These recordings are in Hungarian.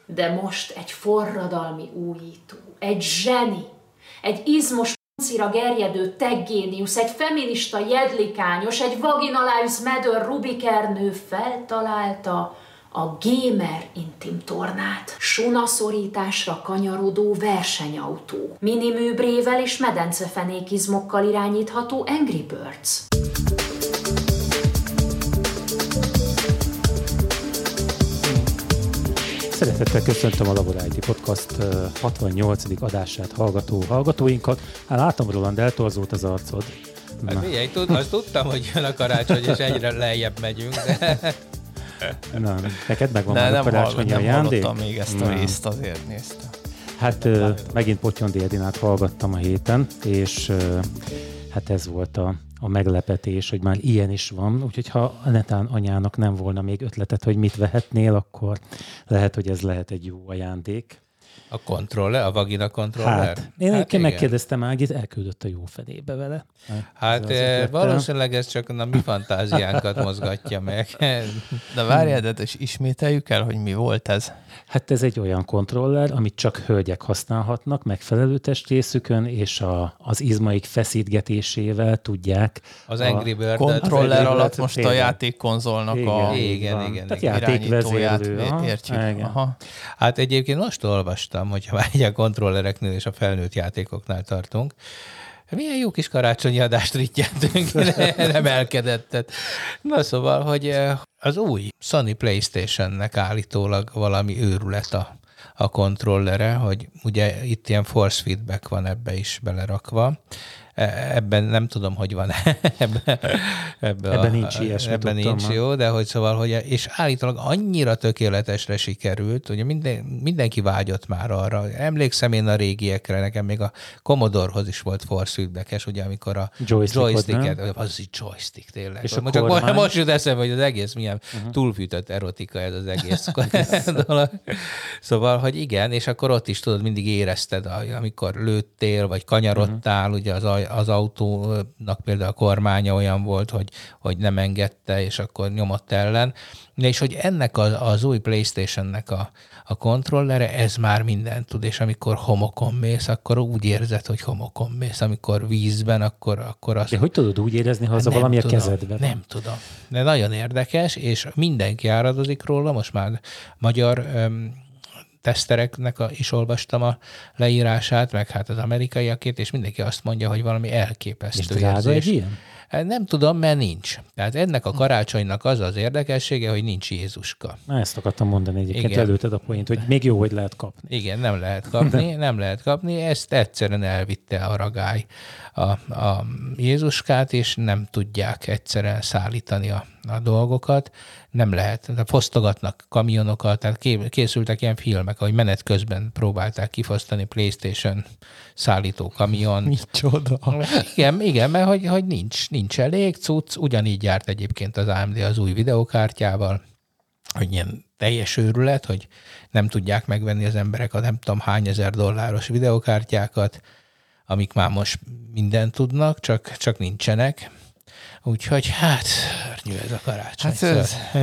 De most egy forradalmi újító, egy zseni, egy izmos pancira gerjedő teggéniusz, egy feminista jedlikányos, egy vaginalize medőr rubikernő feltalálta a gamer intim tornát. Sunaszorításra kanyarodó versenyautó, miniműbrével és medencefenékizmokkal irányítható Angry Birds. Szeretettel köszöntöm a Labor IT Podcast 68. adását hallgatóinkat. Hát látom, Roland, eltorzult az arcod. Hát figyelj, azt tudtam, hogy jön a karácsony, és egyre lejjebb megyünk, de... Na, neked megvan már a karácsonyi ajándék? Nem hallottam még ezt a részt, azért néztem. Hát megint Potyondi Edinát hallgattam a héten, és hát ez volt a meglepetés, hogy már ilyen is van, úgyhogy ha netán anyának nem volna még ötletet, hogy mit vehetnél, akkor lehet, hogy ez lehet egy jó ajándék. A kontroller, a vagina kontroller? Hát, én megkérdeztem Ágit, elküldött a jó fedébe vele. Hát valószínűleg ez csak a mi fantáziánkat mozgatja meg. De várjál, de ismételjük el, hogy mi volt ez? Hát ez egy olyan kontroller, amit csak hölgyek használhatnak megfelelő testrészükön, és az izmaik feszítgetésével tudják. Az Angry Bird kontroller alatt most a játékkonzolnak igen. Tehát játékvezérlő. Értjük. Aha. Hát egyébként most olvastam, hogyha már a kontrollereknél és a felnőtt játékoknál tartunk, milyen jó kis karácsonyi adást rittyentünk, nem elkedettet. Na szóval, hogy az új Sony PlayStation-nek állítólag valami őrület a kontrollere, hogy ugye itt ilyen force feedback van ebbe is belerakva. Ebben nem tudom, hogy van ebben nincs ilyesmi. Ebben nincs jó, de hogy szóval, hogy és állítólag annyira tökéletesre sikerült, ugye mindenki vágyott már arra. Emlékszem én a régiekre, nekem még a Commodorehoz is volt force feedback-es, ugye amikor a joysticket, az így joystick tényleg. És most jut eszembe, hogy az egész milyen túlfűtött erotika ez az egész dolog. Szóval, hogy igen, és akkor ott is tudod, mindig érezted, amikor lőttél, vagy kanyarodtál, ugye az autónak például a kormánya olyan volt, hogy nem engedte, és akkor nyomott ellen. És hogy ennek az új PlayStation-nek a kontrollere, ez már mindent tud, és amikor homokon mész, akkor úgy érzed, hogy homokon mész. Amikor vízben, akkor azt... De hogy tudod úgy érezni, ha az valami a kezedben? Nem tudom. De nagyon érdekes, és mindenki áradozik róla, most már magyar... tesztereknek is olvastam a leírását, meg hát az amerikaiakét, és mindenki azt mondja, hogy valami elképesztő és drága egy ilyen? Nem tudom, mert nincs. Tehát ennek a karácsonynak az érdekessége, hogy nincs Jézuska. Na, ezt akartam mondani egyébként, előtted a point, hogy még jó, hogy lehet kapni. Igen, nem lehet kapni, ezt egyszerűen elvitte a ragály a Jézuskát, és nem tudják egyszerűen szállítani a dolgokat. Nem lehet. Fosztogatnak kamionokat, tehát készültek ilyen filmek, ahogy menet közben próbálták kifosztani PlayStation szállító kamion. Micsoda. Igen, mert hogy nincs elég cucc, ugyanígy járt egyébként az AMD az új videokártyával, hogy ilyen teljes őrület, hogy nem tudják megvenni az emberek a nem tudom hány $1000 videokártyákat, amik már most mindent tudnak, csak nincsenek. Úgyhogy hát, szörnyű ez a karácsony.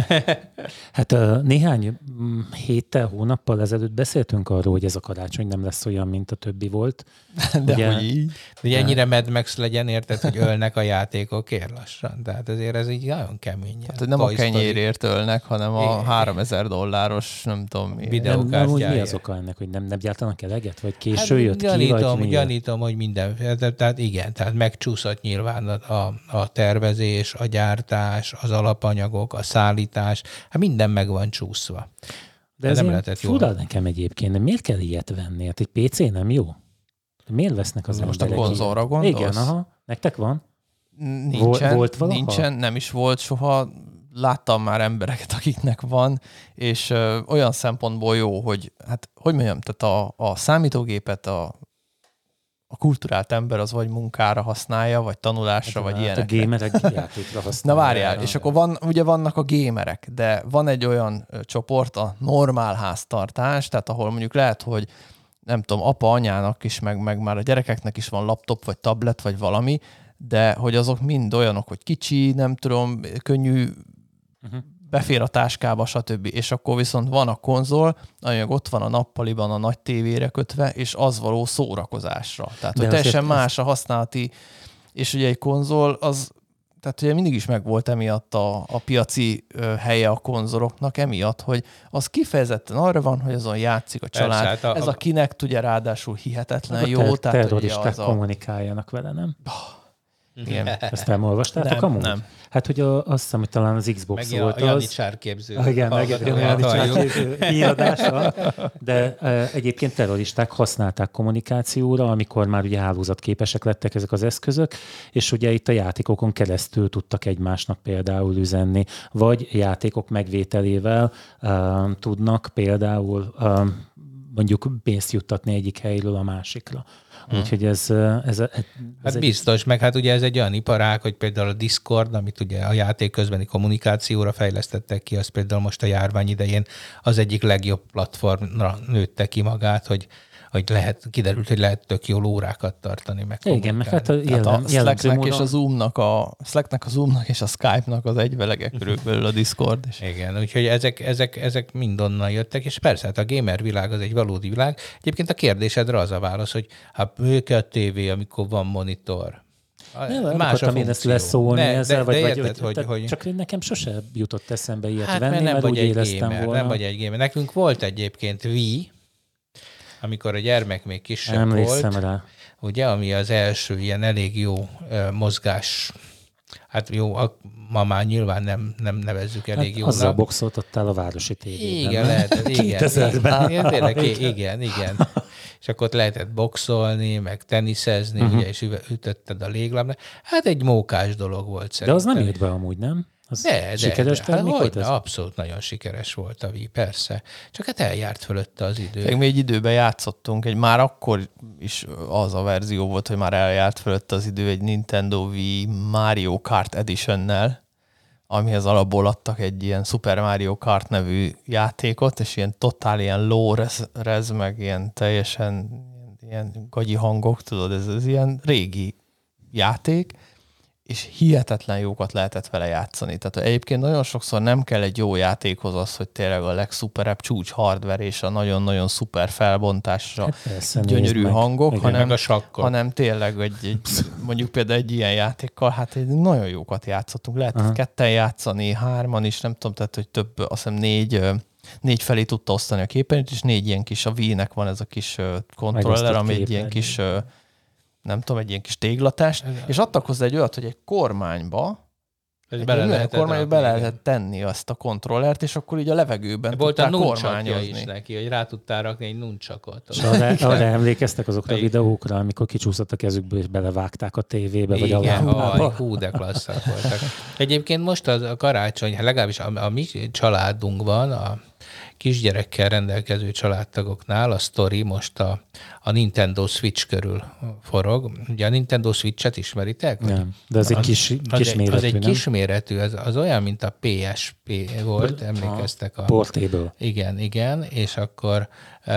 Hát néhány héttel, hónappal ezelőtt beszéltünk arról, hogy ez a karácsony nem lesz olyan, mint a többi volt. De ugye, hogy így? Ugye ennyire Mad Max legyen, érted, hogy ölnek a játékokért lassan. Tehát azért ez így nagyon kemény. Hát, hogy nem a kenyérért ölnek, hanem a $3000, nem tudom mi. Videokártyáért. Mi az oka ennek, hogy nem gyártanak eleget? Vagy késő jött ki? Gyanítom, hogy minden. Tehát igen, tehát megcsúszott nyilván a tervezés, a gyártás, az alapanyagok, a szállítás, hát minden meg van csúszva. De ez nem fura nekem egyébként, de miért kell ilyet venni? Hát egy PC nem jó? Miért vesznek az most emberek? Most a konzolra gondolsz? Igen, aha. Nektek van? Volt valaha? Nincsen, nem is volt soha. Láttam már embereket, akiknek van, és olyan szempontból jó, hogy hát, hogy mondjam, tehát a számítógépet a kulturált ember az vagy munkára használja, vagy tanulásra, vagy ilyenekre. A gémerek játékra használja. Na várjál, és akkor ugye vannak a gémerek, de van egy olyan csoport, a normál háztartás, tehát ahol mondjuk lehet, hogy nem tudom, apa, anyának is, meg már a gyerekeknek is van laptop, vagy tablet, vagy valami, de hogy azok mind olyanok, hogy kicsi, nem tudom, könnyű befér a táskába, stb. És akkor viszont van a konzol, ami ott van a nappaliban a nagy tévére kötve, és az való szórakozásra. Tehát, hogy teljesen más a használati, és ugye egy konzol, az, tehát ugye mindig is megvolt emiatt a piaci helye a konzoloknak, emiatt, hogy az kifejezetten arra van, hogy azon játszik a család. Persze, hát ez a Kinect ugye ráadásul hihetetlen jó. Terroristák kommunikáljanak vele, nem? Igen. Ezt elolvastátok amúgy? Nem. Hát, hogy azt hiszem, hogy talán az Xbox meg volt a Janicsárképző. Igen, a Janicsárképző híradása. De egyébként terroristák használták kommunikációra, amikor már ugye hálózatképesek lettek ezek az eszközök, és ugye itt a játékokon keresztül tudtak egymásnak például üzenni, vagy játékok megvételével tudnak például mondjuk pénzt juttatni egyik helyről a másikra. Úgyhogy ez hát biztos, meg hát ugye ez egy olyan iparág, hogy például a Discord, amit ugye a játék közbeni kommunikációra fejlesztettek ki, az például most a járvány idején az egyik legjobb platformra nőtte ki magát, hogy kiderült, hogy lehet tök jól órákat tartani. Meg igen, meg hát a Slacknek és a Zoomnak, a Zoomnak és a Skype-nak az egyvelege körülbelül a Discord. Igen, úgyhogy ezek mind onnan jöttek, és persze, hát a gamer világ az egy valódi világ. Egyébként a kérdésedre az a válasz, hogy hát működik a tévé, amikor van monitor. Nem akartam én ezt leszólni ezzel, vagy csak nekem sose jutott eszembe ilyet venni, mert úgy éreztem volna. Nem vagy egy gamer. Nekünk volt egyébként Wii, amikor a gyermek még kisebb Emlékszem volt, rá. ugye, ami az első ilyen elég jó mozgás, hát jó, ma már nyilván nem nevezzük elég jónak. Azzal boxoltattál a városi tévében. Igen, lehetett, 2000-ben. Igen. És akkor ott lehetett boxolni, meg teniszezni, ugye, és ütötted a léglábra. Hát egy mókás dolog volt szerintem. De az nem jött be amúgy, nem? Sikeres termék volt ez? Abszolút nagyon sikeres volt a Wii, persze. Csak hát eljárt fölötte az idő. Mi egy időben játszottunk, már akkor is az a verzió volt, hogy már eljárt fölötte az idő egy Nintendo Wii Mario Kart Edition-nel, amihez alapból adtak egy ilyen Super Mario Kart nevű játékot, és ilyen totál ilyen low res, meg ilyen teljesen ilyen gagyi hangok, tudod, ez ilyen régi játék, és hihetetlen jókat lehetett vele játszani. Tehát egyébként nagyon sokszor nem kell egy jó játékhoz az, hogy tényleg a legszuperebb csúcs hardware és a nagyon-nagyon szuper felbontásra gyönyörű hangok, hanem tényleg mondjuk például egy ilyen játékkal, hát nagyon jókat játszottunk. Lehetett ketten játszani, 3-an is, nem tudom, tehát hogy több, azt hiszem 4 felé tudta osztani a képernyőt, és 4 ilyen kis, a Wii-nek van ez a kis kontroller, ami egy ilyen kis nem tudom, egy ilyen kis téglatás, és adtak hozzá egy olyat, hogy egy kormányba bele lehetett tenni azt a kontrollert, és akkor így a levegőben tudtál kormányozni. Is neki, hogy rá tudtál rakni egy nuncsakot. És arra emlékeztek azokra a videókra, amikor kicsúszott a kezükből, és belevágták a tévébe, vagy a lámpába? Hú, de klasszak voltak. Egyébként most a karácsony, legalábbis a mi családunkban, a kisgyerekkel rendelkező családtagoknál a sztori most a Nintendo Switch körül forog. Ugye a Nintendo Switch-et ismeritek? Nem, de ez egy kisméretű, az egy kisméretű, az olyan, mint a PSP volt, emlékeztek? Portable. Igen, és akkor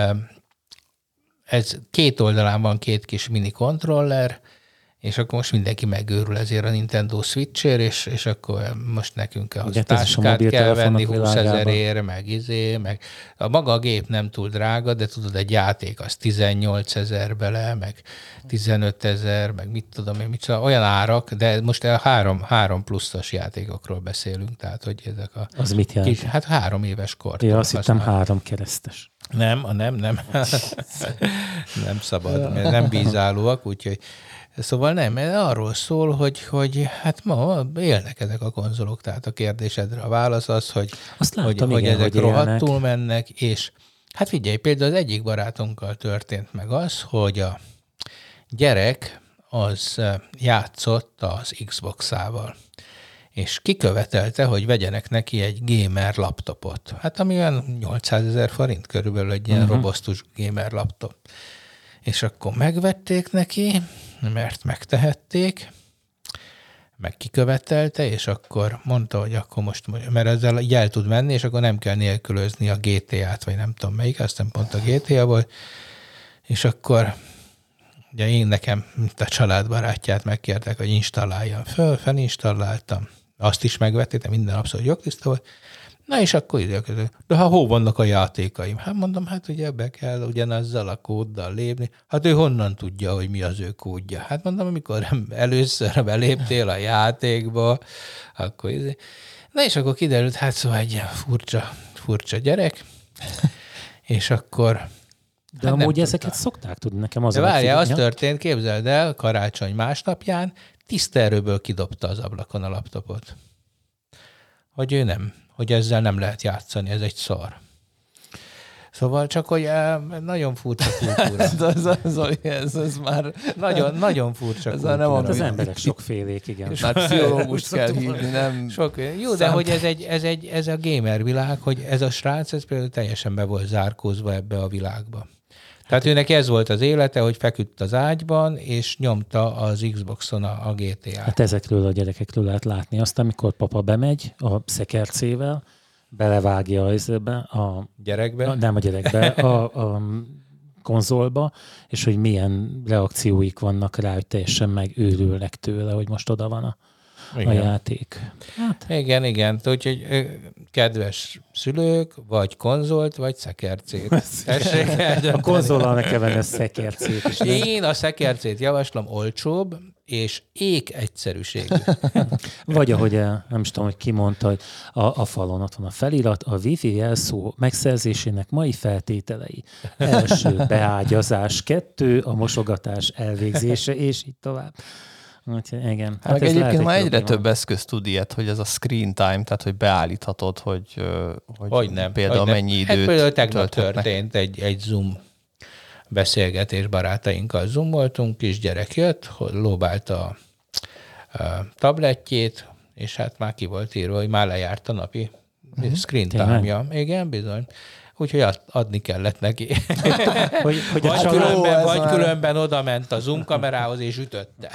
ez 2 oldalán van 2 kis mini kontroller, és akkor most mindenki megőrül ezért a Nintendo Switch-ért, és akkor most nekünk a táskát kell venni 20 000-ért, meg a maga a gép nem túl drága, de tudod, egy játék az 18 000 bele, meg 15 000, meg mit tudom én, olyan árak, de most a 3 pluszos játékokról beszélünk, tehát hogy ezek a... Az mit jelent? Hát 3 éves kort. Ja, azt hittem 3 keresztes. Nem. Nem szabad, mert nem bízállóak, úgyhogy szóval nem, arról szól, hogy hát ma élnek ezek a konzolok, tehát a kérdésedre a válasz az, hogy ezek rohadtul mennek, és hát figyelj, például az egyik barátunkkal történt meg az, hogy a gyerek az játszott az Xbox-ával, és kikövetelte, hogy vegyenek neki egy gamer laptopot. Hát ami olyan 800 000 forint körülbelül egy ilyen robosztus gamer laptop. És akkor megvették neki, mert megtehették, meg kikövetelte, és akkor mondta, hogy akkor most, mert ezzel így el tud menni, és akkor nem kell nélkülözni a GTA-t, vagy nem tudom melyik, aztán pont a GTA volt, és akkor ugye én nekem, mint a családbarátját megkértek, hogy installáljam föl, felinstalláltam, azt is megvették, de minden abszolút jogtiszta volt, Na és akkor időkező. De hol vannak a játékaim? Hát mondom, hát ugye be kell ugyanazzal a kóddal lépni. Hát ő honnan tudja, hogy mi az ő kódja? Hát mondom, amikor először beléptél a játékba, akkor na és akkor kiderült, hát szóval egy ilyen furcsa gyerek, és akkor... De hát amúgy ezeket szokták tudni nekem az. De várjál, az történt, képzeld el, karácsony másnapján tiszta erőből kidobta az ablakon a laptopot. Hogy ő nem, hogy ezzel nem lehet játszani, ez egy szar. Szóval csak, hogy nagyon furcsa kultúra. ez már... Nagyon furcsa kultúra. Nem az emberek sokfélék, igen. Már pszichológust kell hívni, nem... Jó, de hogy ez a gamer világ, hogy ez a srác, ez például teljesen be volt zárkózva ebbe a világba. Tehát őnek ez volt az élete, hogy feküdt az ágyban, és nyomta az Xboxon a GTA-t. Hát ezekről a gyerekekről lehet látni azt, amikor papa bemegy a szekercével, belevágja a gyerekbe? Nem a gyerekbe, a konzolba, és hogy milyen reakcióik vannak rá, hogy teljesen megőrülnek tőle, hogy most oda van a játék. Hát. Igen. Úgyhogy kedves szülők, vagy konzolt, vagy szekercét. A konzollal ne kell venni a szekercét is. Én a szekercét javaslom, olcsóbb, és egyszerűségű. Vagy ahogy nem is tudom, hogy ki mondta, hogy a falon ott van a felirat, a Wi-Fi jelszó megszerzésének mai feltételei. 1. beágyazás, 2. a mosogatás elvégzése, és így tovább. Úgyhogy igen. Hát egyébként már egyre több eszköz tud ilyet, hogy ez a screen time, tehát hogy beállíthatod, hogy nem, például mennyi időt hát például tegnap történt egy Zoom beszélgetés, barátainkkal zoomoltunk, kisgyerek jött, lóbált a tabletjét, és hát már ki volt írva, hogy már lejárt a napi screen time-ja. Igen, bizony. Úgyhogy adni kellett neki. Vagy különben oda ment a Zoom kamerához, és ütötte.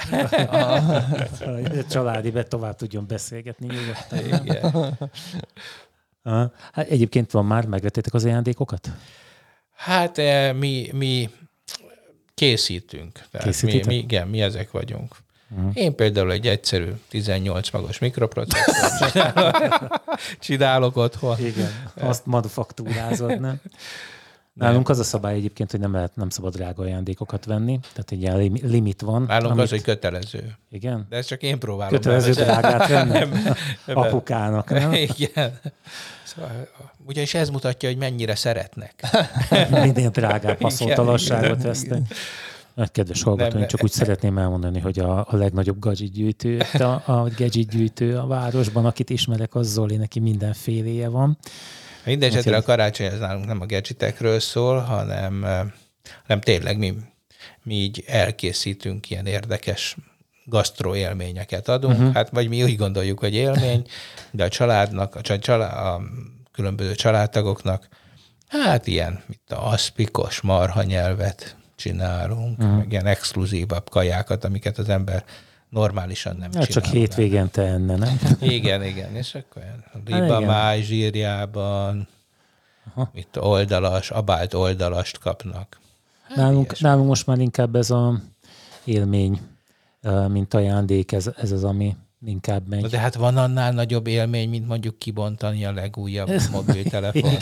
A családibe tovább tudjon beszélgetni nyugodtan. Hát egyébként van már, megvettétek az ajándékokat? Hát mi készítünk. Mi ezek vagyunk. Én például egy egyszerű 18 magos mikroprocesszort csinálok otthon. Igen, azt manufaktúrázod, nem? Nálunk az a szabály egyébként, hogy nem szabad drága ajándékokat venni, tehát egy ilyen limit van. Nálunk az, hogy kötelező. Igen? De ezt csak én próbálom. Kötelező drágát venni? Apukának, nem? Igen. Szóval, ugyanis ez mutatja, hogy mennyire szeretnek. Minden drágább haszontalanságot vesznek. Nagy kedves hallgatóink, csak úgy szeretném elmondani, hogy a legnagyobb gadget gyűjtő a városban, akit ismerek, az Zoli, neki mindenféléje van. Mindenesetre a karácsony az nálunk nem a gadgetekről szól, hanem tényleg mi így elkészítünk ilyen érdekes gasztró élményeket adunk. Hát vagy mi úgy gondoljuk, hogy élmény, de a családnak, a különböző családtagoknak, hát ilyen, mint a aszpikos marhanyelvet csinálunk, meg ilyen exkluzívabb kajákat, amiket az ember normálisan nem csinál. Csak hétvégente enne, nem? Igen, és akkor ribamáj zsírjában, itt abált oldalast kapnak. Nálunk most már inkább ez az élmény, mint ajándék, ez az, ami inkább megy. De hát van annál nagyobb élmény, mint mondjuk kibontani a legújabb mobiltelefon.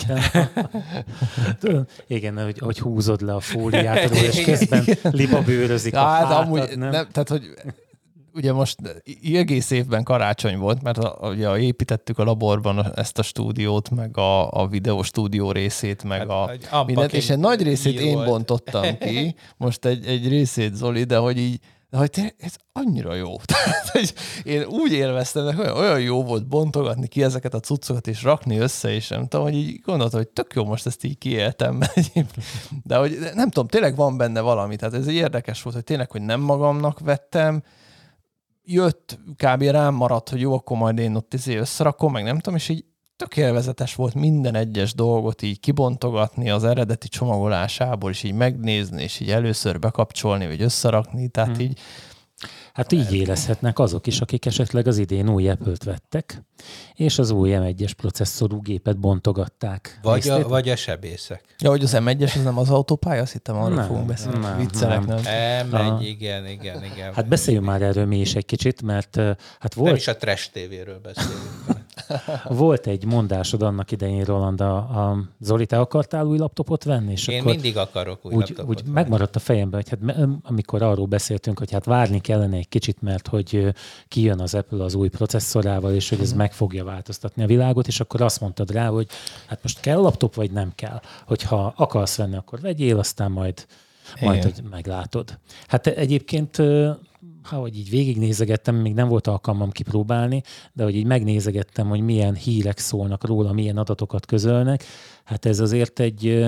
Igen, hogy húzod le a fóliát, és közben libabőrözik a hátad. Amúgy nem, tehát, hogy ugye most egész évben karácsony volt, mert ugye építettük a laborban ezt a stúdiót, meg a videóstúdió részét, meg a mindent, és egy nagy részét én bontottam ki, most egy részét Zoli, de hogy így tényleg ez annyira jó. Tehát, hogy én úgy élveztem, hogy olyan jó volt bontogatni ki ezeket a cuccokat, és rakni össze, és nem tudom, hogy így gondoltam, hogy tök jó, most ezt így kiéltem. De hogy nem tudom, tényleg van benne valami. Tehát ez érdekes volt, hogy tényleg, hogy nem magamnak vettem, jött, kb. Rám maradt, hogy jó, akkor majd én ott összerakom, meg nem tudom, és így tök élvezetes volt minden egyes dolgot így kibontogatni az eredeti csomagolásából, és így megnézni, és így először bekapcsolni, vagy összerakni, tehát így... Hát így érezhetnek azok is, akik esetleg az idén új Apple-t vettek, és az új M1-es processzorú gépet bontogatták. Vagy a sebészek. Ja, hogy az M1-es, az nem az autópálya, azt hittem, arról fogunk beszélni. Viccelek, nem? M1, igen. Hát beszéljünk már erről mi is egy kicsit, mert hát volt... Nem is a Trash TV-ről beszélünk. volt egy mondásod annak idején, Roland, a Zoli, te akartál új laptopot venni? És én akkor mindig akarok új laptopot úgy venni. Megmaradt a fejemben, hogy hát, amikor arról beszéltünk, hogy hát várni kellene egy kicsit, mert hogy kijön az Apple az új processzorával, és hogy ez meg fogja változtatni a világot, és akkor azt mondtad rá, hogy hát most kell laptop, vagy nem kell. Hogyha akarsz venni, akkor vegyél, aztán majd hogy meglátod. Hát egyébként, hogy így végignézegettem, még nem volt alkalmam kipróbálni, de hogy így megnézegettem, hogy milyen hírek szólnak róla, milyen adatokat közölnek, hát ez azért egy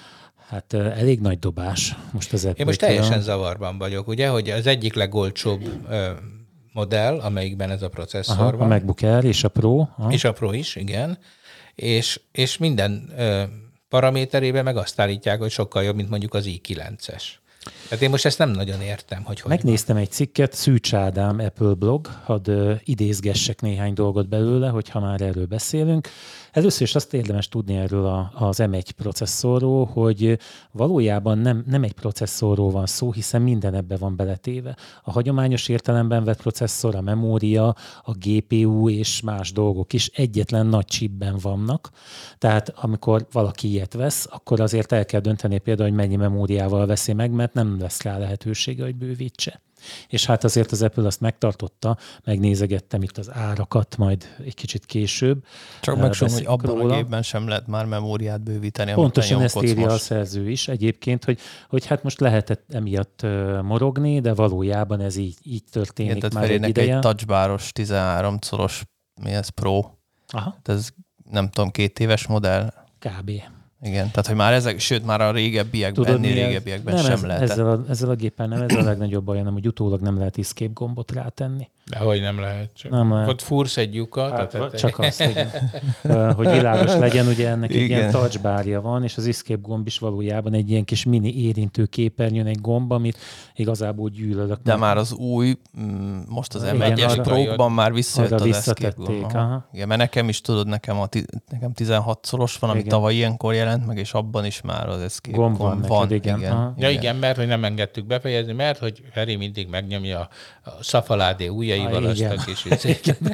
elég nagy dobás most az Apple-től. Én most teljesen zavarban vagyok, ugye, hogy az egyik legolcsóbb modell, amelyikben ez a processzor van. A MacBook Air és a Pro. És a Pro is, igen. És minden paraméterében meg azt állítják, hogy sokkal jobb, mint mondjuk az i9-es. Tehát én most ezt nem nagyon értem, hogy megnéztem egy cikket, Szűcs Ádám Apple blog, hadd idézgessek néhány dolgot belőle, hogyha már erről beszélünk. Először is azt érdemes tudni erről az M1 processzorról, hogy valójában nem egy processzorról van szó, hiszen minden ebbe van beletéve. A hagyományos értelemben vett processzor, a memória, a GPU és más dolgok is egyetlen nagy chipben vannak. Tehát amikor valaki ilyet vesz, akkor azért el kell dönteni például, hogy mennyi memóriával veszi meg, mert nem lesz rá lehetősége, hogy bővítse. És hát azért az Apple azt megtartotta, megnézegettem itt az árakat, majd egy kicsit később. Csak megsúgom, hogy abban a gépben sem lehet már memóriát bővíteni. Pontosan ezt írja a szerző is egyébként, hogy hát most lehetett emiatt morogni, de valójában ez így történik. Igen, már egy ideje. Egy touchbaros 13 colos, mi ez, Pro. Aha. Ez nem tudom, 2 éves modell. Kb. Igen, tehát hogy már ezek, sőt már a régebbiekben sem lehetett. Ezzel a gépen nem, ez a legnagyobb baj, hanem hogy utólag nem lehet escape gombot rátenni. Dehogy nem lehet. Csak nem lehet. Ott fúrsz egy lyukat. Hát, csak azt, igen. Hogy világos legyen, ugye ennek egy ilyen touchbárja van, és az escape gomb is valójában egy ilyen kis mini érintő képernyőn egy gomb, amit igazából gyűlölök. De már az új, most az M1-es Pro-ban már visszajött az escape gomb. Igen, mert nekem is tudod, nekem 16 szoros van, ami tavaly ilyenkor jelent meg, és abban is már az escape gomb van. Igen. Ja, igen, mert hogy nem engedtük befejezni, mert hogy Feri mindig megnyomja a szafaládé ujjaival azt a kis vizét.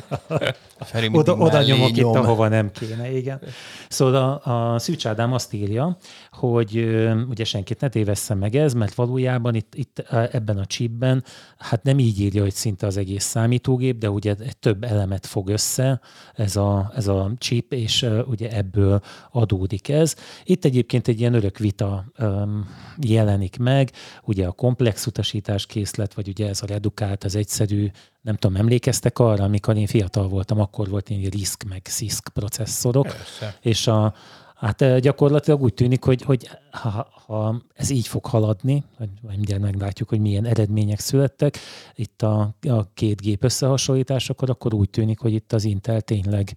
Oda nyomok itt, ahova nem kéne, igen. Szóval a Szűcs Ádám azt írja, hogy ugye senkit ne tévesszem meg ez, mert valójában itt ebben a chipben, hát nem így írja, hogy szinte az egész számítógép, de ugye több elemet fog össze ez a chip, és ugye ebből adódik ez. Itt egyébként egy ilyen örök vita jelenik meg, ugye a komplex utasításkészlet, vagy ugye ez a redukált, az egyszerű, nem tudom, emlékeztek arra, amikor én fiatal voltam, akkor volt ilyen RISC meg CISC processzorok, persze. És hát gyakorlatilag úgy tűnik, hogy ha ez így fog haladni, mindjárt meglátjuk, hogy milyen eredmények születtek, itt a két gép összehasonlításakor, akkor úgy tűnik, hogy itt az Intel tényleg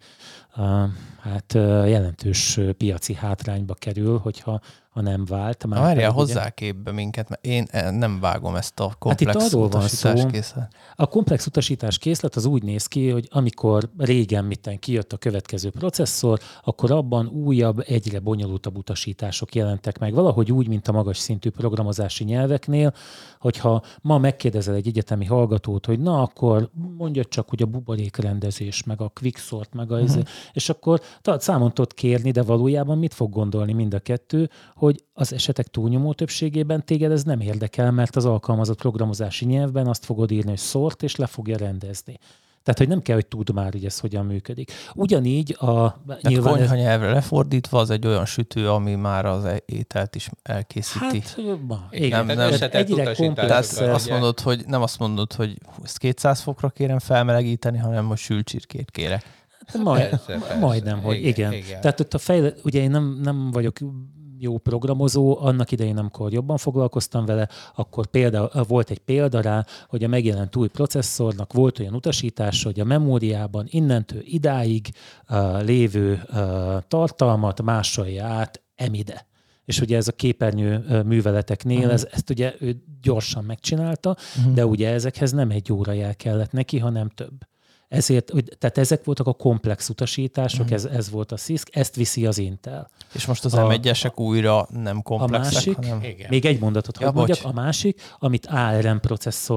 jelentős piaci hátrányba kerül, hogyha nem vált. Várjál, hozzá képbe minket, mert én nem vágom ezt a komplex utasításkészlet. A komplex utasításkészlet az úgy néz ki, hogy amikor régen kijött a következő processzor, akkor abban újabb, egyre bonyolultabb utasítások jelentek meg. Valahogy úgy, mint a magas szintű programozási nyelveknél, hogyha ma megkérdezel egy egyetemi hallgatót, hogy na akkor mondja csak, hogy a buborékrendezés, meg a quicksort, meg és akkor számon tudod kérni, de valójában mit fog gondolni mind a kettő, hogy az esetek túlnyomó többségében téged ez nem érdekel, mert az alkalmazott programozási nyelvben azt fogod írni, hogy sort, és le fogja rendezni. Tehát, hogy nem kell, hogy tudd már, hogy ez hogyan működik. Ugyanígy nyilván konyha nyelvre lefordítva az egy olyan sütő, ami már az ételt is elkészíti. Hát, igen. Egyre komplex. Nem azt mondod, hogy ezt 200 fokra kérem felmelegíteni, hanem most sülcsirkét kérek. Majdnem, hogy igen. Tehát ott ugye én nem vagyok jó programozó, annak idején, amikor jobban foglalkoztam vele, akkor volt egy példa rá, hogy a megjelent új processzornak volt olyan utasítása, hogy a memóriában innentől idáig lévő tartalmat másolja át emide. És ugye ez a képernyő műveleteknél, ezt ugye ő gyorsan megcsinálta, de ugye ezekhez nem egy órajel kellett neki, hanem több. Tehát ezek voltak a komplex utasítások, ez volt a CISC, ezt viszi az Intel. És most az M1-esek újra nem komplexek, hanem... Még egy mondatot, hogy mondjak, a másik, amit ARM processzor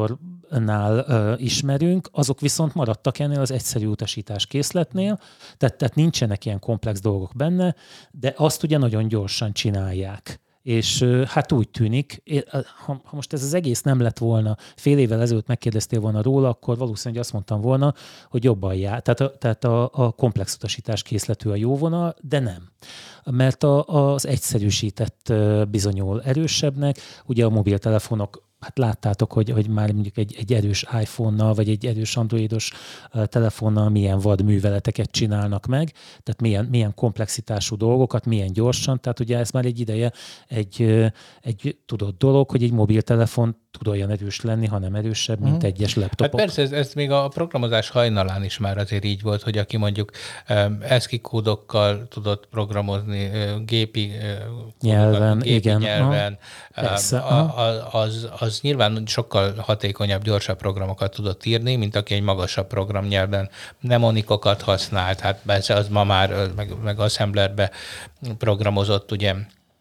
Apple-nál ismerünk, azok viszont maradtak ennél az egyszerű utasítás készletnél, tehát nincsenek ilyen komplex dolgok benne, de azt ugye nagyon gyorsan csinálják. És hát úgy tűnik, ha most ez az egész nem lett volna, fél évvel ezelőtt megkérdeztél volna róla, akkor valószínűleg azt mondtam volna, hogy jobban jár. Tehát a komplex utasítás készletű a jó vonal, de nem. Mert az egyszerűsített bizonyul erősebbnek, ugye a mobiltelefonok, hát láttátok, hogy már mondjuk egy erős iPhone-nal, vagy egy erős androidos telefonnal milyen vad műveleteket csinálnak meg, tehát milyen komplexitású dolgokat, milyen gyorsan, tehát ugye ez már egy ideje egy tudott dolog, hogy egy mobiltelefon tud olyan erős lenni, ha nem erősebb, mint egyes laptopok. Hát persze, ez még a programozás hajnalán is már azért így volt, hogy aki mondjuk ASCII kódokkal tudott programozni gépi nyelven, az nyilván sokkal hatékonyabb, gyorsabb programokat tudott írni, mint aki egy magasabb programnyelven mnemonikokat használt, hát persze az ma már meg Assemblerbe programozott, ugye,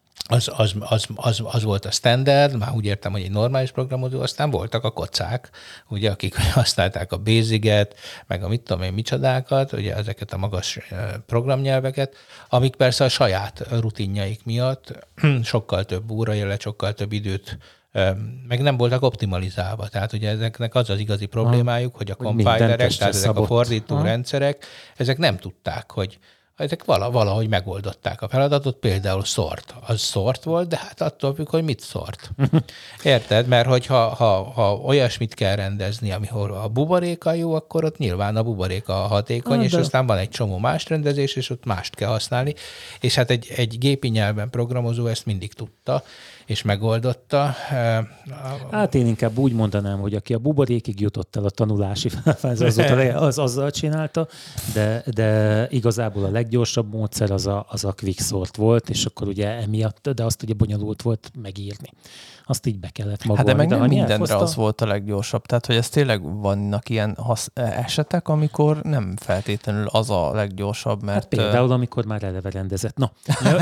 az volt a standard, már úgy értem, hogy egy normális programozó, aztán voltak a kocák, ugye, akik használták a Basic-et, meg a mit tudom én micsodákat, ugye ezeket a magas programnyelveket, amik persze a saját rutinjaik miatt sokkal több órajelet, sokkal több időt meg nem voltak optimalizálva. Tehát ugye ezeknek az igazi problémájuk, hogy a compilerek, tehát ezek a fordító rendszerek, ezek nem tudták, hogy ezek valahogy megoldották a feladatot, például sort. Az sort volt, de hát attól függ, hogy mit sort. Érted? Mert hogyha olyasmit kell rendezni, amihol a buboréka jó, akkor ott nyilván a buboréka hatékony, és aztán van egy csomó más rendezés, és ott mást kell használni. És hát egy gépi nyelven programozó ezt mindig tudta, és megoldotta. Hát én inkább úgy mondanám, hogy aki a buborékig jutott el a tanulási fázisra, az azzal csinálta, de igazából a leggyorsabb módszer az a quicksort volt, és akkor ugye emiatt, de azt ugye bonyolult volt megírni. Azt így be kellett magolni. Hát de meg nem mindenre az volt a leggyorsabb. Tehát, hogy ez tényleg vannak ilyen esetek, amikor nem feltétlenül az a leggyorsabb, mert... Hát például, amikor már eleve rendezett. Na,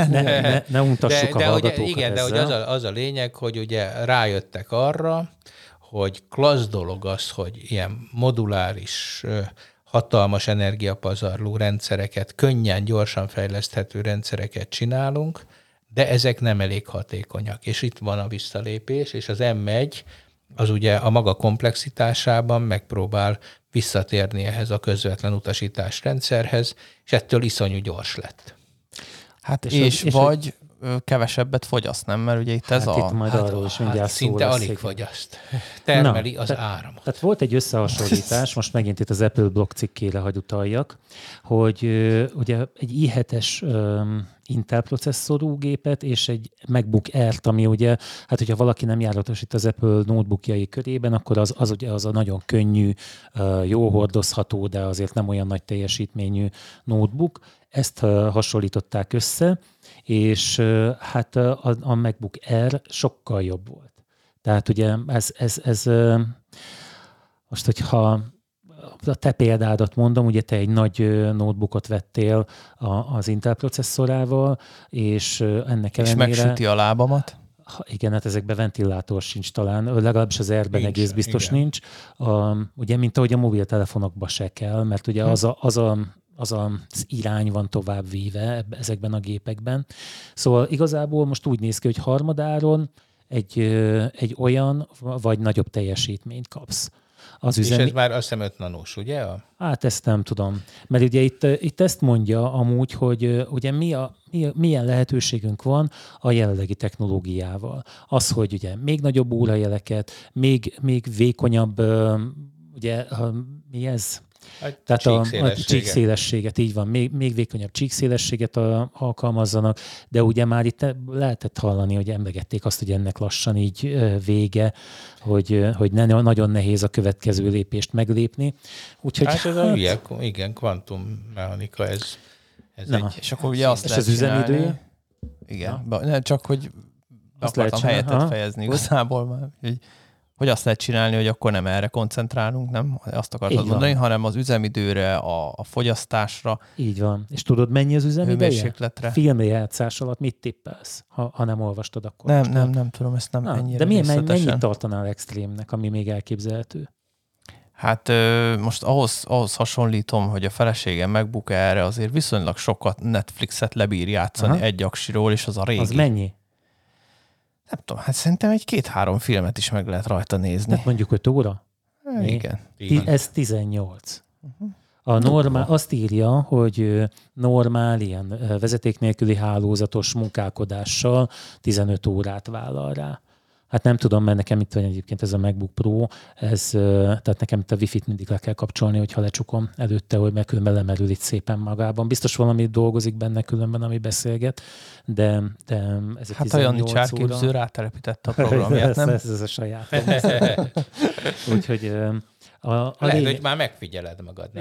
ne untassuk a hallgatókat igen, ezzel. De hogy az a lényeg, hogy ugye rájöttek arra, hogy klassz dolog az, hogy ilyen moduláris, hatalmas energiapazarló rendszereket, könnyen, gyorsan fejleszthető rendszereket csinálunk, de ezek nem elég hatékonyak. És itt van a visszalépés, és az M1 az ugye a maga komplexitásában megpróbál visszatérni ehhez a közvetlen utasítás rendszerhez, és ettől iszonyú gyors lett. Hát és vagy kevesebbet fogyaszt, nem? Mert ugye itt ez itt majd arról is mindjárt szinte alig fogyaszt. Termeli az áramot. Tehát volt egy összehasonlítás, most megint itt az Apple blog cikkére hagy utaljak, hogy ugye egy i7-es Intel processzorú gépet és egy MacBook Air-t, ami ugye, hát hogyha valaki nem járatos itt az Apple notebookjai körében, akkor az ugye az a nagyon könnyű, jó hordozható, de azért nem olyan nagy teljesítményű notebook. Ezt hasonlították össze, és hát a MacBook Air sokkal jobb volt. Tehát ugye ez most, hogyha a te példádat mondom, ugye te egy nagy notebookot vettél az Intel processzorával, és ennek ellenére... És megsüti a lábamat? Igen, hát ezekben ventilátor sincs talán, legalábbis az Airben egész biztos igen. Nincs. Ugye, mint ahogy a mobiltelefonokban se kell, mert ugye az irány van tovább víve ezekben a gépekben. Szóval igazából most úgy néz ki, hogy harmadáron egy olyan vagy nagyobb teljesítményt kapsz. És ez már azt hiszem 5 nanós, ugye? Hát ezt nem tudom. Mert ugye itt ezt mondja amúgy, hogy ugye milyen lehetőségünk van a jelenlegi technológiával. Az, hogy ugye még nagyobb órajeleket, még vékonyabb, ugye mi ez? Tehát a csíkszélességet, így van, még vékonyabb csíkszélességet alkalmazzanak, de ugye már itt lehetett hallani, hogy emlegették azt, hogy ennek lassan így vége, hogy nagyon nehéz a következő lépést meglépni. Úgyhogy, hát ez a hülye, igen, kvantummechanika, ez egy... És akkor ugye azt lehet csinálni. Üzemidő? Igen, csak hogy azt akartam helyettet fejezni igazából már, hogy azt lehet csinálni, hogy akkor nem erre koncentrálunk, nem? Azt akartad mondani, hanem az üzemidőre, a fogyasztásra. Így van. És tudod, mennyi az üzemideje? Filmjátszás alatt mit tippelsz? Ha nem olvastad, akkor... Nem tudom, ezt nem ennyire de mennyit tartanál extrémnek, ami még elképzelhető? Hát most ahhoz hasonlítom, hogy a feleségem MacBook erre azért viszonylag sokat Netflixet lebír játszani egy aksiról, és az a régi. Az mennyi? Nem tudom, hát szerintem egy 2-3 filmet is meg lehet rajta nézni. Tehát mondjuk 5 óra? Igen. Ez 18. A normál, azt írja, hogy normál ilyen vezeték nélküli hálózatos munkálkodással 15 órát vállal rá. Hát nem tudom, mert nekem itt van egyébként ez a MacBook Pro, tehát nekem itt a Wi-Fi-t mindig le kell kapcsolni, hogyha lecsukom előtte, hogy meg különben lemerül itt szépen magában. Biztos valami dolgozik benne különben, ami beszélget, de ez a hát olyan nincs árképző, rátelepítette a programját, nem? Ez a sajátom. Úgyhogy... Lehet, hogy már megfigyeled magad.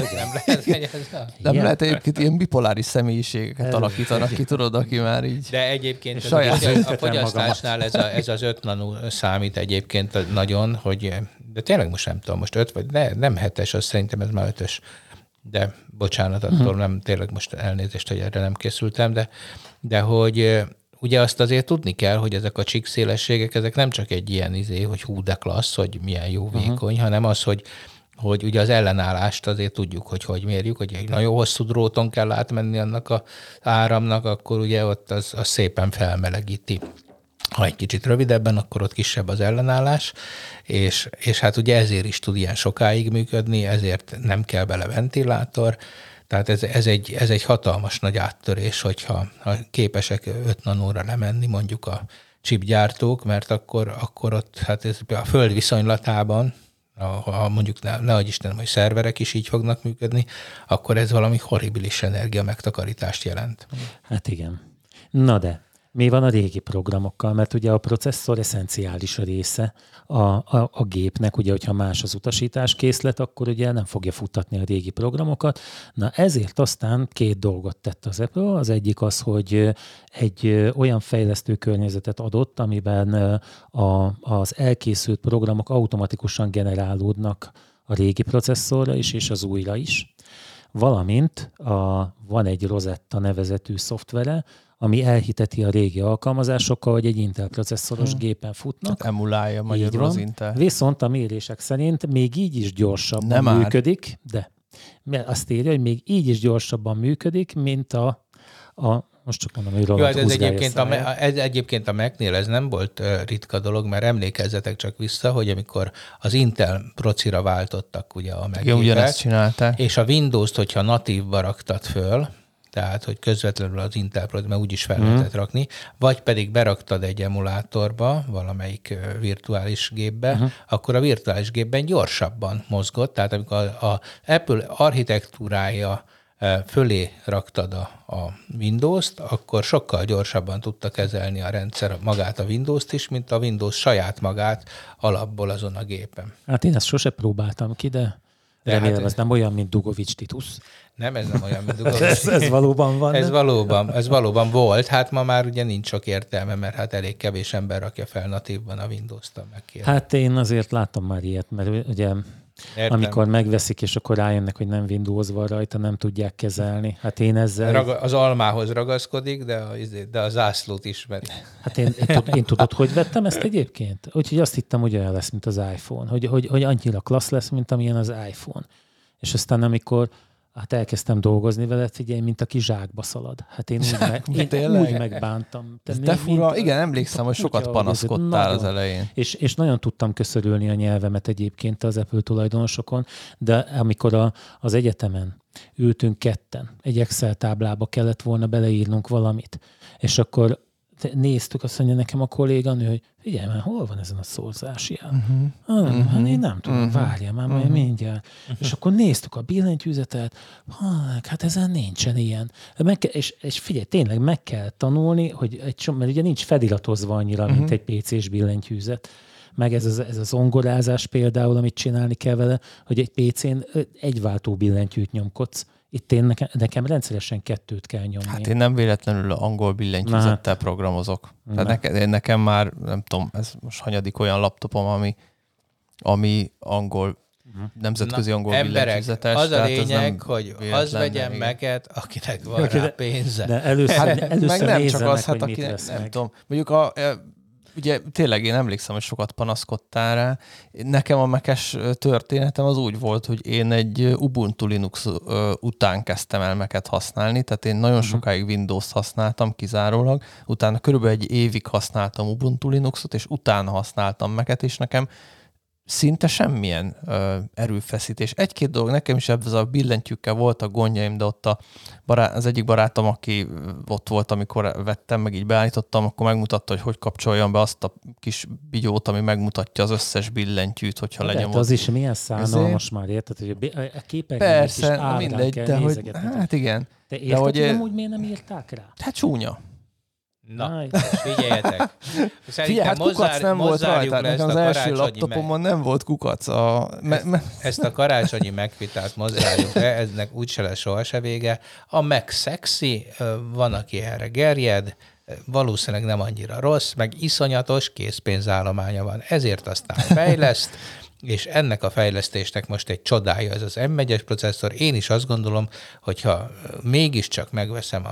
Nem lehet egyébként ilyen bipoláris személyiségeket alakítanak ki, tudod, aki már így... De egyébként a fogyasztásnál ez az 5 nano számít egyébként nagyon, hogy de tényleg most nem tudom, most 5 vagy nem 7-es, azt szerintem ez már 5-ös. De bocsánat, attól nem, tényleg most elnézést, hogy erre nem készültem, de hogy ugye azt azért tudni kell, hogy ezek a csíkszélességek, ezek nem csak egy ilyen hogy hú de klassz, hogy milyen jó vékony, hanem az, hogy ugye az ellenállást azért tudjuk, hogy mérjük, hogy egy nagyon hosszú dróton kell átmenni annak az áramnak, akkor ugye ott az szépen felmelegíti. Ha egy kicsit rövidebben, akkor ott kisebb az ellenállás, és hát ugye ezért is tud ilyen sokáig működni, ezért nem kell bele ventilátor. Tehát ez egy hatalmas nagy áttörés, hogyha képesek 5 nanóra lemenni mondjuk a chipgyártók, mert akkor ott hát ez a föld viszonylatában, ha mondjuk nehogy Istenem, hogy szerverek is így fognak működni, akkor ez valami horribilis energia megtakarítást jelent. Hát igen. Na de, mi van a régi programokkal? Mert ugye a processzor eszenciális része a gépnek, ugye, hogyha más az utasításkészlet, akkor ugye nem fogja futtatni a régi programokat. Na ezért aztán 2 dolgot tett az Apple. Az egyik az, hogy egy olyan fejlesztő környezetet adott, amiben az elkészült programok automatikusan generálódnak a régi processzorra is, és az újra is. Valamint van egy Rosetta nevezetű szoftvere, ami elhiteti a régi alkalmazásokkal, hogy egy Intel processzoros gépen futnak. Hát emulálja magyarul az Intel. Viszont a mérések szerint még így is gyorsabban működik, de azt írja, hogy még így is gyorsabban működik, mint most csak mondom, hogy Roland ez egyébként a Mac-nél ez nem volt ritka dolog, mert emlékezzetek csak vissza, hogy amikor az Intel procira váltottak ugye a Mac-gépek, és a Windows-t, hogyha natívba raktad föl, tehát, hogy közvetlenül az Intel Pro, mert úgyis fel lehetett rakni, vagy pedig beraktad egy emulátorba, valamelyik virtuális gépbe, akkor a virtuális gépben gyorsabban mozgott, tehát amikor a Apple architektúrája fölé raktad a Windows-t, akkor sokkal gyorsabban tudta kezelni a rendszer magát a Windows-t is, mint a Windows saját magát alapból azon a gépen. Hát én ezt sose próbáltam ki, de remélem ez nem olyan, mint Dugovics Titus. Nem, ez nem olyan, mint Dugovics. ez valóban van. Ez valóban volt. Hát ma már ugye nincs sok értelme, mert hát elég kevés ember rakja fel natívban a Windows-t. Hát én azért láttam már ilyet, mert ugye amikor megveszik, és akkor rájönnek, hogy nem Windows van rajta, nem tudják kezelni. Hát én ezzel... Az almához ragaszkodik, de a zászlót ismeri. Hát én tudod, hogy vettem ezt egyébként? Úgyhogy azt hittem, hogy olyan lesz, mint az iPhone. Hogy annyira klassz lesz, mint amilyen az iPhone. És aztán amikor elkezdtem dolgozni vele, figyelj, mint aki zsákba szalad. Hát én úgy megbántam. De fura, igen, emlékszem, hogy sokat panaszkodtál az elején. És nagyon tudtam köszörülni a nyelvemet egyébként az Apple tulajdonosokon, de amikor az egyetemen ültünk ketten, egy Excel táblába kellett volna beleírnunk valamit, és akkor néztük, azt mondja nekem a kolléganő, hogy figyelj már, hol van ezen a szórzásián? Hát én nem tudom, várjál már, majd mindjárt. És akkor néztük a billentyűzetet, hát ezen nincsen ilyen. És figyelj, tényleg meg kell tanulni, hogy mert ugye nincs feliratozva annyira, mint egy PC-s billentyűzet. Meg ez az zongorázás például, amit csinálni kell vele, hogy egy PC-n egy váltó billentyűt nyomkodsz. Itt nekem rendszeresen 2 kell nyomni. Hát én nem véletlenül angol billentyűzettel programozok. Tehát nekem már, nem tudom, ez most hanyadik olyan laptopom, ami angol, nemzetközi angol billentyűzetes. Az a lényeg, hogy az vegyen meget, akinek van rá pénze. De először meg nem nézze csak az, meg, hát hogy mit vesz nem meg. tudom. Mondjuk ugye tényleg én emlékszem, hogy sokat panaszkodtál rá. Nekem a Mac-es történetem az úgy volt, hogy én egy Ubuntu Linux után kezdtem el Mac-et használni, tehát én nagyon sokáig Windows-t használtam kizárólag, utána körülbelül egy évig használtam Ubuntu Linuxot, és utána használtam Mac-et, és nekem szinte semmilyen erőfeszítés. Egy-két dolog nekem is ebben a billentyűkkel voltak gondjaim, de ott az egyik barátom, aki ott volt, amikor vettem, meg így beállítottam, akkor megmutatta, hogy kapcsoljam be azt a kis bigyót, ami megmutatja az összes billentyűt, hogyha de legyen. Az is milyen szánalmas már, érted, hogy a képernyőn persze, mindegy, de hogy, hát igen. Te érted, hogy amúgy miért nem írták rá? Hát csúnya. Na, figyeljetek. Figyelj, hát kukac nem volt rajta. Nekem az első laptopomon nem volt kukac. Ezt a karácsonyi megvitát mozzáljuk le, eznek úgyse lesz sohasem vége. A Mac szexi, van, aki erre gerjed, valószínűleg nem annyira rossz, meg iszonyatos készpénzállománya van. Ezért aztán fejleszt, és ennek a fejlesztésnek most egy csodája ez az M1-es processzor. Én is azt gondolom, hogyha mégiscsak megveszem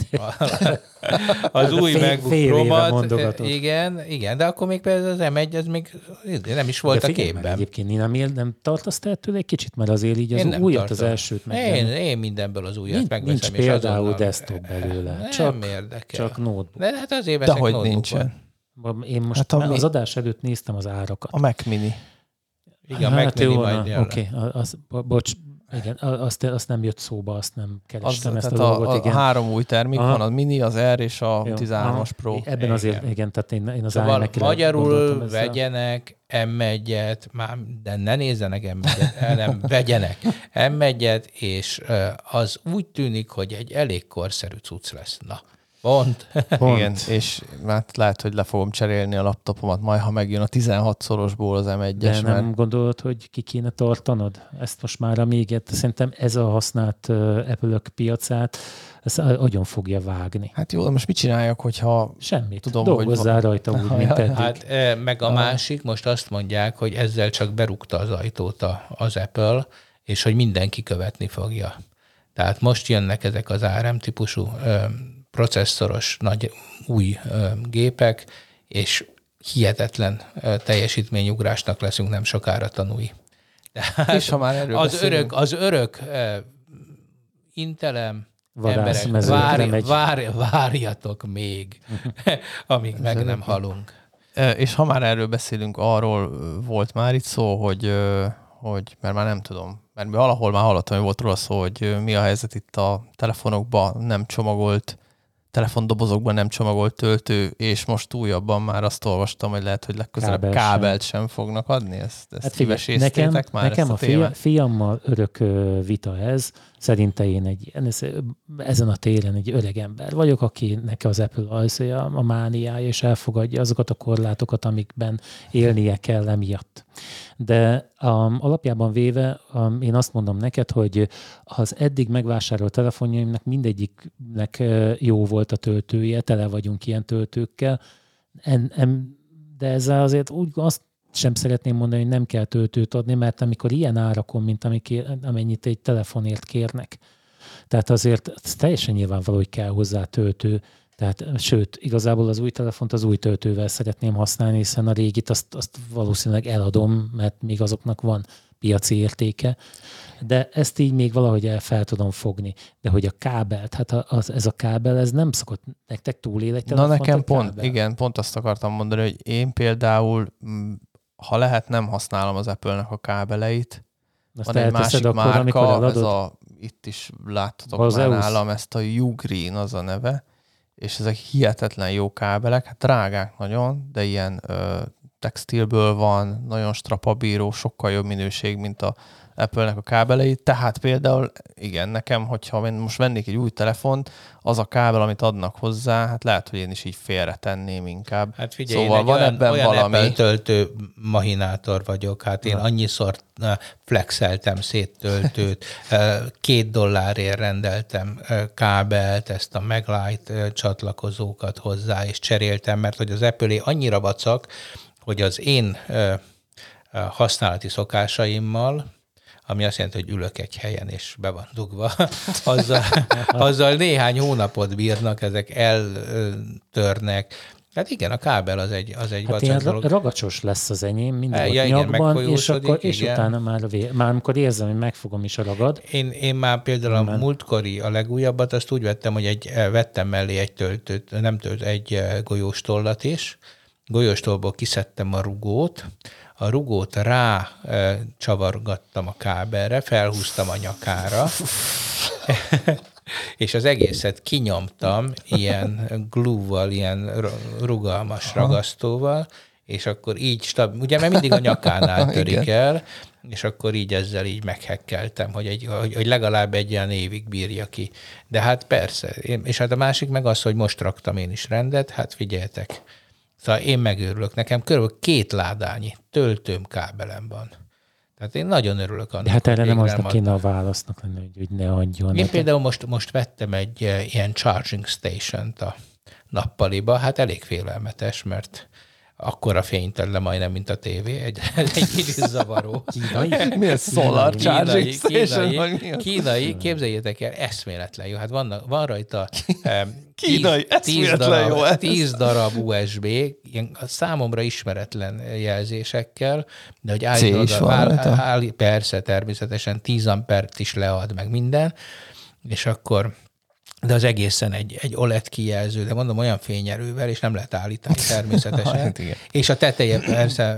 az új MacBook Pro-mat. Igen, de akkor még például az M1, ez még nem is volt a képben. Egyébként nem tartasz te ettől egy kicsit, mert azért így az újat, az elsőt meg. Én mindenből az újat megveszem. Nincs például desktop belőle. Nem érdekel. Csak notebook. De hát azért veszek notebookon. Nincsen. Én most az adás előtt néztem az árakat. A Mac Mini. Igen, a Mac Mini majd jön. Oké, bocs. Igen, azt nem jött szóba, azt nem kerestem ezt a dolgot. Igen. A 3 új termék van, a Mini, az R és a 13-as Pro. Ebben azért, igen, tehát én az szóval iMac-re magyarul vegyenek M1-et, de ne nézzenek M1-et, nem, vegyenek M1-et, és az úgy tűnik, hogy egy elég korszerű cucc lesz. Na. Pont. Igen, és hát lehet, hogy le fogom cserélni a laptopomat, majd ha megjön a 16-szorosból az M1-es. De nem gondolod, hogy ki kéne tartanod? Ezt most már a méget, szerintem ez a használt Apple-ök piacát, ezt nagyon fogja vágni. Hát jó, de most mit csináljak, hogyha semmit, tudom, dolgozzál rajta úgy, mint eddig. Hát meg a másik, most azt mondják, hogy ezzel csak berúgta az ajtót az Apple, és hogy mindenki követni fogja. Tehát most jönnek ezek az ARM-típusú processzoros nagy új gépek, és hihetetlen teljesítményugrásnak leszünk nem sokára tanúi. És ha már erről az örök Intelem emberek, várjatok még, amíg meg nem halunk. És ha már erről beszélünk, arról volt már itt szó, hogy mert már nem tudom, mert valahol már hallottam, hogy volt róla szó, hogy mi a helyzet itt a telefonokban, nem csomagolt telefondobozokban nem csomagolt töltő, és most újabban már azt olvastam, hogy lehet, hogy legközelebb kábelt sem fognak adni. Ezt hát kiveséztétek már nekem ezt a témát? Nekem a fiammal örök vita ez. Szerintem én ezen a téren egy öreg ember vagyok, akinek az Apple az a mániája, és elfogadja azokat a korlátokat, amikben élnie kell emiatt. De alapjában véve én azt mondom neked, hogy az eddig megvásárolt telefonjaimnak mindegyiknek jó volt a töltője, tele vagyunk ilyen töltőkkel, de ezzel azért úgy azt sem szeretném mondani, hogy nem kell töltőt adni, mert amikor ilyen árakon, mint amennyit egy telefonért kérnek, tehát azért teljesen nyilvánvaló, hogy kell hozzá töltő. Tehát, sőt, igazából az új telefont az új töltővel szeretném használni, hiszen a régit azt valószínűleg eladom, mert még azoknak van piaci értéke. De ezt így még valahogy fel tudom fogni. De hogy a kábelt, hát ez a kábel, ez nem szokott nektek túl egy telefont. Na nekem pont azt akartam mondani, hogy én például, ha lehet, nem használom az Apple-nek a kábeleit. Azt van egy másik akkor, márka, itt is láttatok már nálam, ezt a Ugreen az a neve, és ezek hihetetlen jó kábelek, hát drágák nagyon, de ilyen textilből van, nagyon strapabíró, sokkal jobb minőség, mint a Apple-nek a kábelei. Tehát például, igen, nekem, hogyha most vennék egy új telefont, az a kábel, amit adnak hozzá, hát lehet, hogy én is így félretenném inkább. Hát figyelj, szóval van ebben valami. Apple töltő mahinátor vagyok, hát én annyiszor flexeltem szét töltőt, $2 rendeltem kábelt, ezt a Maglite csatlakozókat hozzá, és cseréltem, mert hogy az Apple annyira vacak, hogy az én használati szokásaimmal, ami azt jelenti, hogy ülök egy helyen, és be van dugva, azzal néhány hónapot bírnak, ezek eltörnek, Hát igen, a kábel az egy hát ilyen ragacsos lesz az enyém, mindig ott nyakban, és utána már amikor érzem, hogy megfogom is a ragad. Én már például a múltkori, a legújabbat, azt úgy vettem, hogy vettem mellé egy egy golyóstollat is. Golyóstolból kiszedtem a rugót rá csavargattam a kábelre, felhúztam a nyakára, és az egészet kinyomtam ilyen glue-val, ilyen rugalmas ragasztóval, és akkor így ugye mert mindig a nyakánál törik el, és akkor így ezzel így meghekkeltem, hogy legalább egy ilyen évig bírja ki. De hát persze, és hát a másik meg az, hogy most raktam én is rendet, hát figyeljetek. Szóval én megőrülök, nekem körülbelül 2 ládányi töltőm kábelem van. Tehát én nagyon örülök annak. De hát erre nem aznak kéne a válasznak lenni, hogy ne adjon. Én például most vettem egy ilyen charging station-t a nappaliba, hát elég félelmetes, mert akkora fényt ad le majdnem, mint a tévé. Egy kicsit zavaró. Kínai? Mi ez? Solar charging station? Kínai, képzeljétek el, eszméletlen jó. Hát van rajta kínai, 10 darab USB, ilyen számomra ismeretlen jelzésekkel, de hogy állítólag persze, természetesen 10 ampert is lead meg minden, és akkor de az egészen egy OLED kijelző, de mondom olyan fényerővel, és nem lehet állítani természetesen. És a teteje persze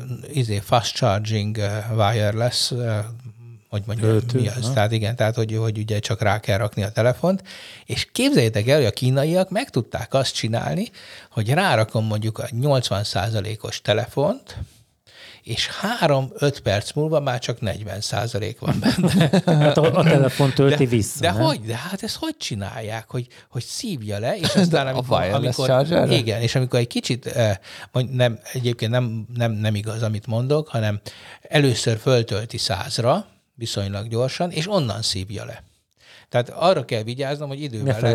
fast charging wireless, hogy mondjuk mi az. Tehát igen, tehát hogy ugye csak rá kell rakni a telefont, és képzeljétek el, hogy a kínaiak meg tudták azt csinálni, hogy rárakom mondjuk a 80%-os telefont, és 3-5 perc múlva már csak 40% van benne. Hát a telefon tölti vissza. De hát ezt hogy csinálják, hogy szívja le, és aztán amikor igen, és amikor egy kicsit, egyébként nem igaz, amit mondok, hanem először föltölti 100-ra, viszonylag gyorsan, és onnan szívja le. Tehát arra kell vigyáznom, hogy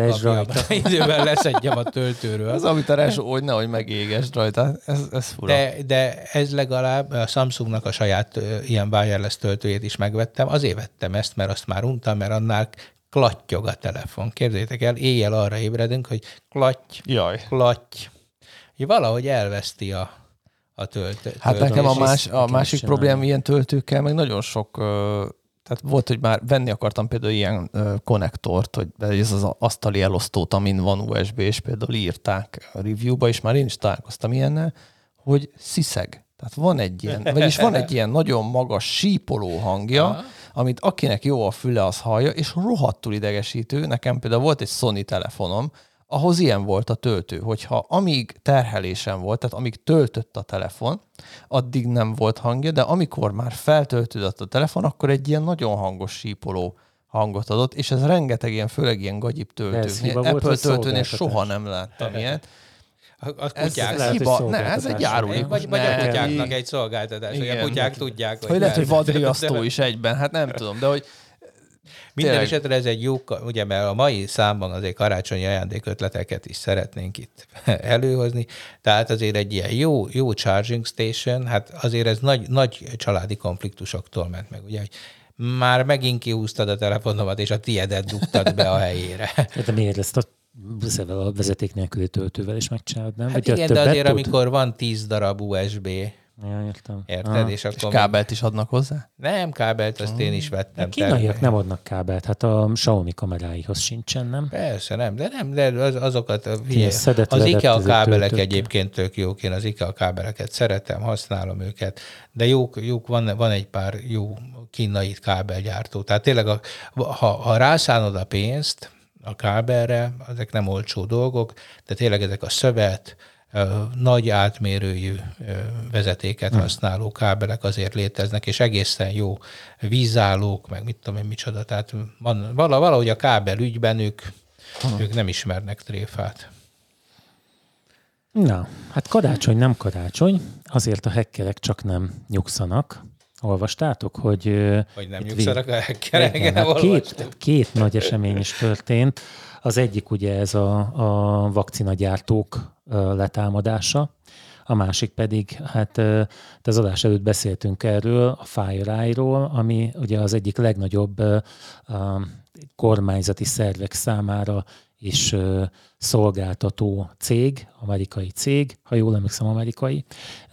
idővel leszedjem a töltőről. Az, amit a Resó, hogy nehogy megégesd rajta. Ez fura. De ez legalább a Samsungnak a saját ilyen wireless töltőjét is megvettem. Azért vettem ezt, mert azt már untam, mert annál klattyog a telefon. Képzeljétek el, éjjel arra ébredünk, hogy klatty. Valahogy elveszti a töltőt. Hát nekem a másik probléma ilyen töltőkkel, meg nagyon sok... Tehát volt, hogy már venni akartam például ilyen konnektort, hogy ez az asztali elosztót, amin van USB, és például írták a review-ba, és már én is találkoztam ilyennel, hogy sziszeg. Tehát van egy ilyen nagyon magas sípoló hangja, amit akinek jó a füle, az hallja, és rohadtul idegesítő. Nekem például volt egy Sony telefonom, ahhoz ilyen volt a töltő, hogyha amíg terhelésem volt, tehát amíg töltött a telefon, addig nem volt hangja, de amikor már feltöltődött a telefon, akkor egy ilyen nagyon hangos sípoló hangot adott, és ez rengeteg ilyen, főleg ilyen gagyibb töltő. Apple töltőnél soha nem láttam ilyet. Ez egy járulék. Vagy a kutyáknak egy szolgáltatás, hogy a kutyák tudják. Hogy lehet, hogy vadriasztó is egyben, hát nem tudom, de hogy minden esetre ez egy jó, ugye, mert a mai számban azért karácsonyi ajándékötleteket is szeretnénk itt előhozni, tehát azért egy ilyen jó charging station, hát azért ez nagy családi konfliktusoktól ment meg, ugye, hogy már megint kihúztad a telefonomat, és a tiedet dugtad be a helyére. De miért ezt a vezeték nélküli töltővel is megcsinálod, nem? Hát igen, de azért amikor van 10 darab USB, ja, értem. Érted? És kábelt is adnak hozzá? Nem, kábelt, azt én is vettem. A kínaiak nem adnak kábelt, hát a Xiaomi kameráihoz sincsen, nem? Persze, de azokat, az IKEA kábelek egyébként tök jók, én az IKEA kábeleket szeretem, használom őket, de jók van egy pár jó kínai kábelgyártó. Tehát tényleg, ha rászánod a pénzt a kábelre, ezek nem olcsó dolgok, de tényleg ezek a szövet, nagy átmérőjű vezetéket használó kábelek azért léteznek, és egészen jó vízállók, meg mit tudom én micsoda. Tehát valahogy a kábel ügyben ők nem ismernek tréfát. Na, hát karácsony nem karácsony, azért a hackerek csak nem nyugszanak. Olvastátok, hogy nem nyugszanak a hackerek? Két nagy esemény is történt. Az egyik ugye ez a vakcinagyártók letámadása, a másik pedig, hát az adás előtt beszéltünk erről, a FireEye-ról, ami ugye az egyik legnagyobb kormányzati szervek számára és szolgáltató cég, amerikai cég, ha jól emlékszem, amerikai,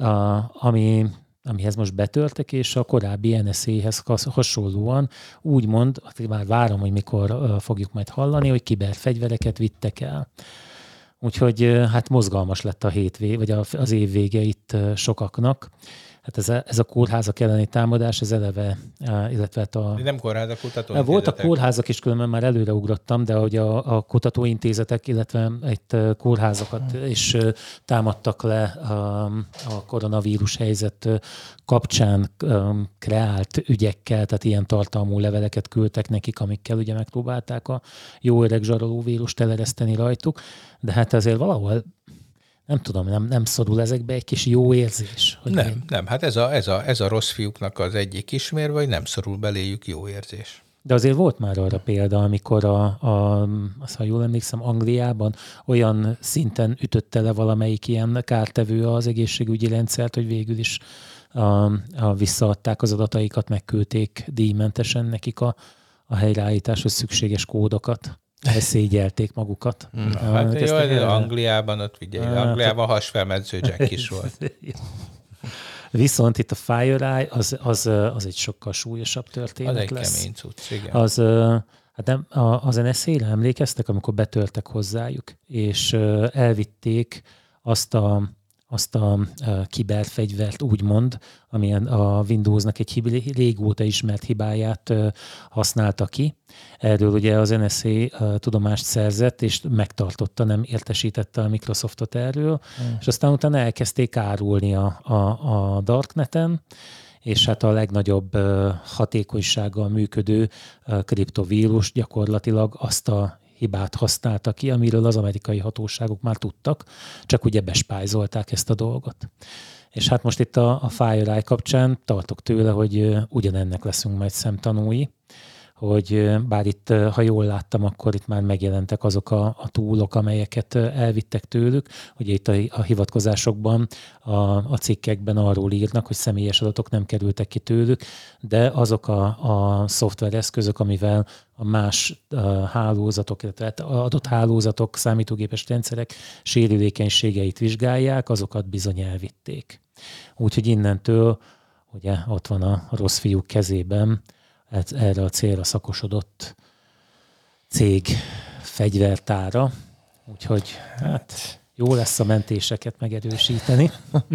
amihez most betörtek, és a korábbi NSA-hez hasonlóan úgymond, már várom, hogy mikor fogjuk majd hallani, hogy kiberfegyvereket vittek el. Úgyhogy hát mozgalmas lett a vagy az év vége itt sokaknak. Hát ez a kórházak elleni támadás, ez eleve, illetve nem kórházak, kutatóintézetek. Voltak kórházak is, különben már előreugrottam, de hogy a kutatóintézetek, illetve itt kórházakat is támadtak le a koronavírus helyzet kapcsán kreált ügyekkel, tehát ilyen tartalmú leveleket küldtek nekik, amikkel ugye megpróbálták a jó öreg zsarolóvírust elereszteni rajtuk, de hát azért valahol nem tudom, nem szorul ezekbe egy kis jó érzés? Nem. Hát ez a rossz fiúknak az egyik ismérve, hogy nem szorul beléjük jó érzés. De azért volt már arra példa, amikor azt, ha jól emlékszem, Angliában olyan szinten ütötte le valamelyik ilyen kártevő az egészségügyi rendszert, hogy végül is visszaadták az adataikat, megküldték díjmentesen nekik a helyreállításhoz szükséges kódokat. Elszégyelték magukat. Hát jó, Angliában ott figyelj, Angliában hasfelmedző Jack is volt. Viszont itt a FireEye az egy sokkal súlyosabb történet lesz. Az egy kemény cucc, igen. Az NSA-re emlékeztek, amikor betörtek hozzájuk, és elvitték azt a kiberfegyvert, úgymond, amilyen a Windowsnak egy régóta ismert hibáját használta ki. Erről ugye az NSA tudomást szerzett, és megtartotta, nem értesítette a Microsoftot erről, és aztán utána elkezdték árulni a Darkneten, és hát a legnagyobb hatékonysággal működő kriptovírus gyakorlatilag azt a hibát használta ki, amiről az amerikai hatóságok már tudtak, csak ugye bespájzolták ezt a dolgot. És hát most itt a FireEye kapcsán tartok tőle, hogy ugyanennek leszünk majd szemtanúi, hogy bár itt, ha jól láttam, akkor itt már megjelentek azok a túlok, amelyeket elvittek tőlük. Ugye itt a hivatkozásokban, a cikkekben arról írnak, hogy személyes adatok nem kerültek ki tőlük, de azok a szoftvereszközök, amivel a más hálózatok, illetve adott hálózatok, számítógépes rendszerek sérülékenységeit vizsgálják, azokat bizony elvitték. Úgyhogy innentől ugye ott van a rossz fiúk kezében erre a célra szakosodott cég fegyvertára, úgyhogy hát jó lesz a mentéseket megerősíteni.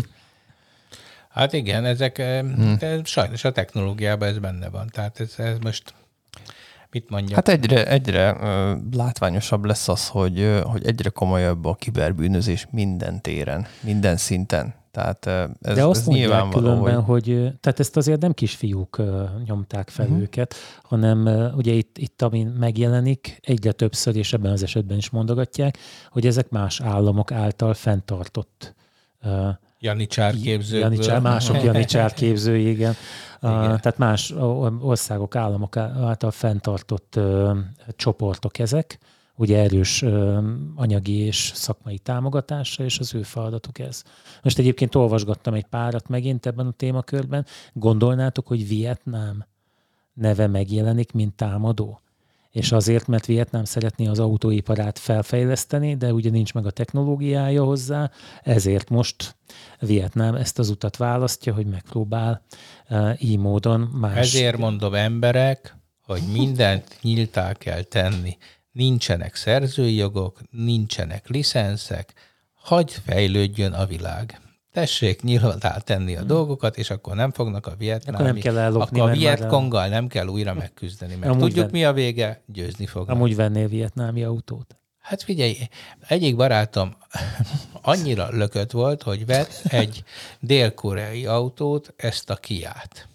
Hát igen, ezek sajnos a technológiában ez benne van, tehát ez most mit mondjak? Hát egyre látványosabb lesz az, hogy egyre komolyabb a kiberbűnözés minden téren, minden szinten. Tehát de azt mondják különben, hogy tehát ezt azért nem kisfiúk nyomták fel őket, hanem ugye itt ami megjelenik egyre többször, és ebben az esetben is mondogatják, hogy ezek más államok által fenntartott janicsárképzők. Mások janicsárképzői, igen. Tehát más országok, államok által fenntartott csoportok ezek, ugye erős anyagi és szakmai támogatása, és az ő feladatuk ez. Most egyébként olvasgattam egy párat megint ebben a témakörben. Gondolnátok, hogy Vietnám neve megjelenik, mint támadó? És azért, mert Vietnám szeretné az autóiparát felfejleszteni, de ugye nincs meg a technológiája hozzá, ezért most Vietnám ezt az utat választja, hogy megpróbál így módon más... Ezért mondom, emberek, hogy mindent nyíltá kell tenni. Nincsenek szerzői jogok, nincsenek licenszek, hadd fejlődjön a világ. Tessék nyilván tenni a dolgokat, és akkor nem fognak a vietnámi, akkor a Vietkonggal nem kell újra megküzdeni, mert tudjuk mi a vége, győzni fognak. Amúgy vennél vietnámi autót? Hát figyelj, egyik barátom annyira lökött volt, hogy vett egy dél-koreai autót, ezt a Kiát.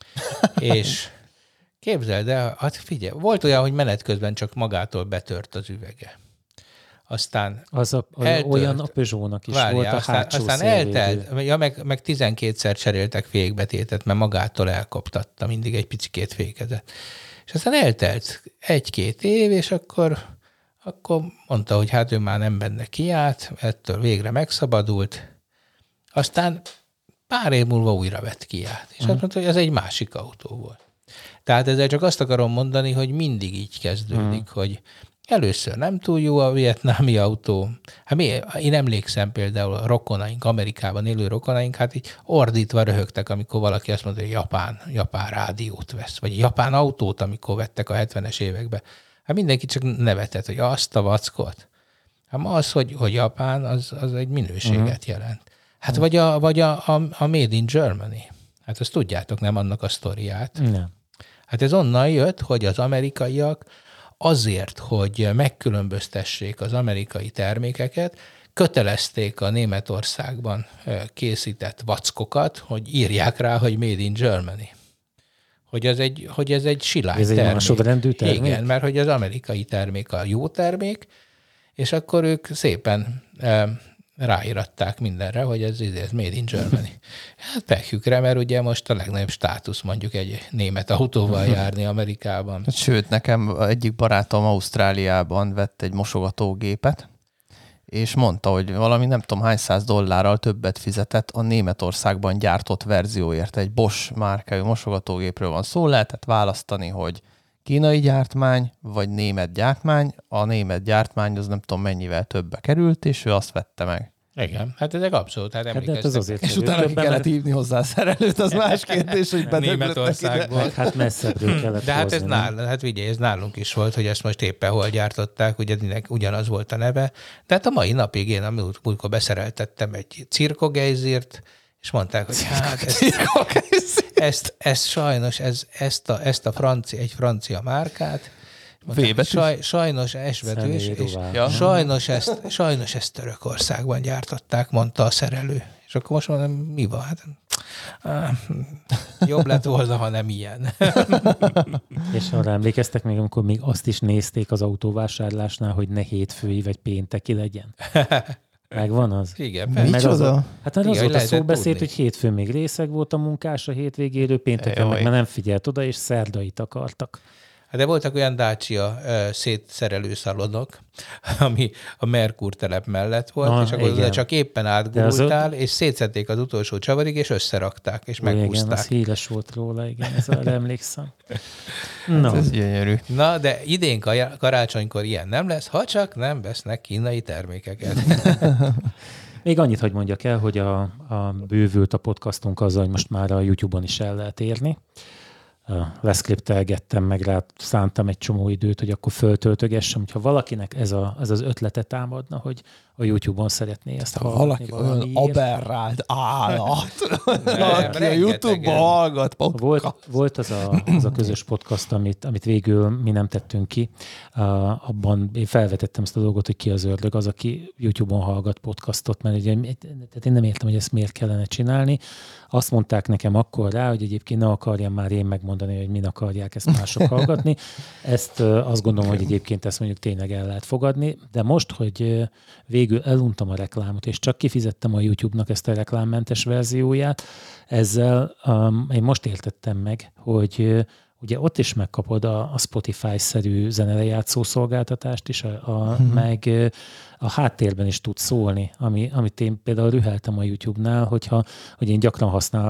És képzeld el, hát figyelj, volt olyan, hogy menet közben csak magától betört az üvege. Aztán olyan a Peugeot-nak is volt a hátsó aztán eltelt, meg 12-szer cseréltek fékbetétet, mert magától elkoptatta, mindig egy picikét fékezett. És aztán eltelt 1-2 év, és akkor mondta, hogy hát ő már nem benne Kiát, ettől végre megszabadult. Aztán pár év múlva újra vett Kiát, és azt mondta, hogy ez egy másik autó volt. Tehát ezzel csak azt akarom mondani, hogy mindig így kezdődik, hogy Először nem túl jó a vietnámi autó. Hát én emlékszem például a rokonaink, Amerikában élő rokonaink, hát így ordítva röhögtek, amikor valaki azt mondta, hogy japán rádiót vesz, vagy japán autót, amikor vettek a 70-es években. Hát mindenki csak nevetett, hogy azt a vackot. Hát az, hogy Japán, az egy minőséget jelent. Hát vagy a Made in Germany. Hát azt tudjátok, nem annak a sztoriát. Nem. Hát ez onnan jött, hogy az amerikaiak azért, hogy megkülönböztessék az amerikai termékeket, kötelezték a Németországban készített vackokat, hogy írják rá, hogy Made in Germany. Hogy ez egy silány termék. Ez egy másodrendű termék? Igen, mert hogy az amerikai termék a jó termék, és akkor ők szépen ráíratták mindenre, hogy ez Made in Germany. Hát pekjükre, mert ugye most a legnagyobb státusz mondjuk egy német autóval járni Amerikában. Sőt, nekem egyik barátom Ausztráliában vett egy mosogatógépet, és mondta, hogy valami nem tudom hány $100 többet fizetett a Németországban gyártott verzióért. Egy Bosch márkájú mosogatógépről van szó, lehetett választani, hogy kínai gyártmány, vagy német gyártmány. A német gyártmány az nem tudom mennyivel többbe került, és ő azt vette meg. Igen, hát ezek abszolút, hát emlékeztek. És utána ki kellett hívni hozzá a szerelőt, az más kérdés, hogy Németországból. Hát messzebbről kellett de hát hozni, ez nálunk is volt, hogy ezt most éppen hol gyártották, ugye ugyanaz volt a neve, de hát a mai napig én amikor beszereltettem egy cirkogejzírt, és mondták, hogy hát ezt sajnos, ezt a egy francia márkát, sajnos S-betűs, és sajnos ezt Törökországban gyártották, mondta a szerelő. És akkor most mondom, mi van? Hát, jobb lett volna, ha nem ilyen. És arra emlékeztek még, amikor még azt is nézték az autóvásárlásnál, hogy ne hétfői vagy pénteki legyen? Megvan az? Igen. Micsoda? Hát az volt a szóbeszéd, hogy hétfőn még részeg volt a munkás a hétvégéről, pénteken meg már nem figyelt oda, és szerdait akartak. De voltak olyan Dacia szétszerelő szalonok, ami a Merkur telep mellett volt, és akkor oda csak éppen átgurultál, és szétszették az utolsó csavarig, és összerakták, és meghúzták. Igen, az híres volt róla, igen, ezzel emlékszem. No. Ez gyönyörű. Na, de idén karácsonykor ilyen nem lesz, ha csak nem vesznek kínai termékeket. Még annyit, hogy mondjak el, hogy bővült a podcastunk azzal, hogy most már a YouTube-on is el lehet érni. Leszkriptelgettem, meg rá szántam egy csomó időt, hogy akkor föltöltögessem, hogyha valakinek ez az ötlete támadna, hogy a YouTube-on szeretné ezt hallgatni. Valaki olyan aberrált állat, aki a YouTube-ban hallgat podcast. Volt az a közös podcast, amit végül mi nem tettünk ki. Abban én felvetettem ezt a dolgot, hogy ki az ördög, az, aki YouTube-on hallgat podcastot, mert ugye, tehát én nem értem, hogy ezt miért kellene csinálni. Azt mondták nekem akkor rá, hogy egyébként ne akarjam már én megmondani, hogy min akarják ezt mások hallgatni. Ezt azt gondolom, hogy egyébként ezt mondjuk tényleg el lehet fogadni, de most, hogy végül eluntam a reklámot, és csak kifizettem a YouTube-nak ezt a reklámmentes verzióját, ezzel én most értettem meg, hogy ugye ott is megkapod a Spotify-szerű zenelejátszó szolgáltatást is, meg a háttérben is tud szólni, amit én például rüheltem a YouTube-nál, hogy én gyakran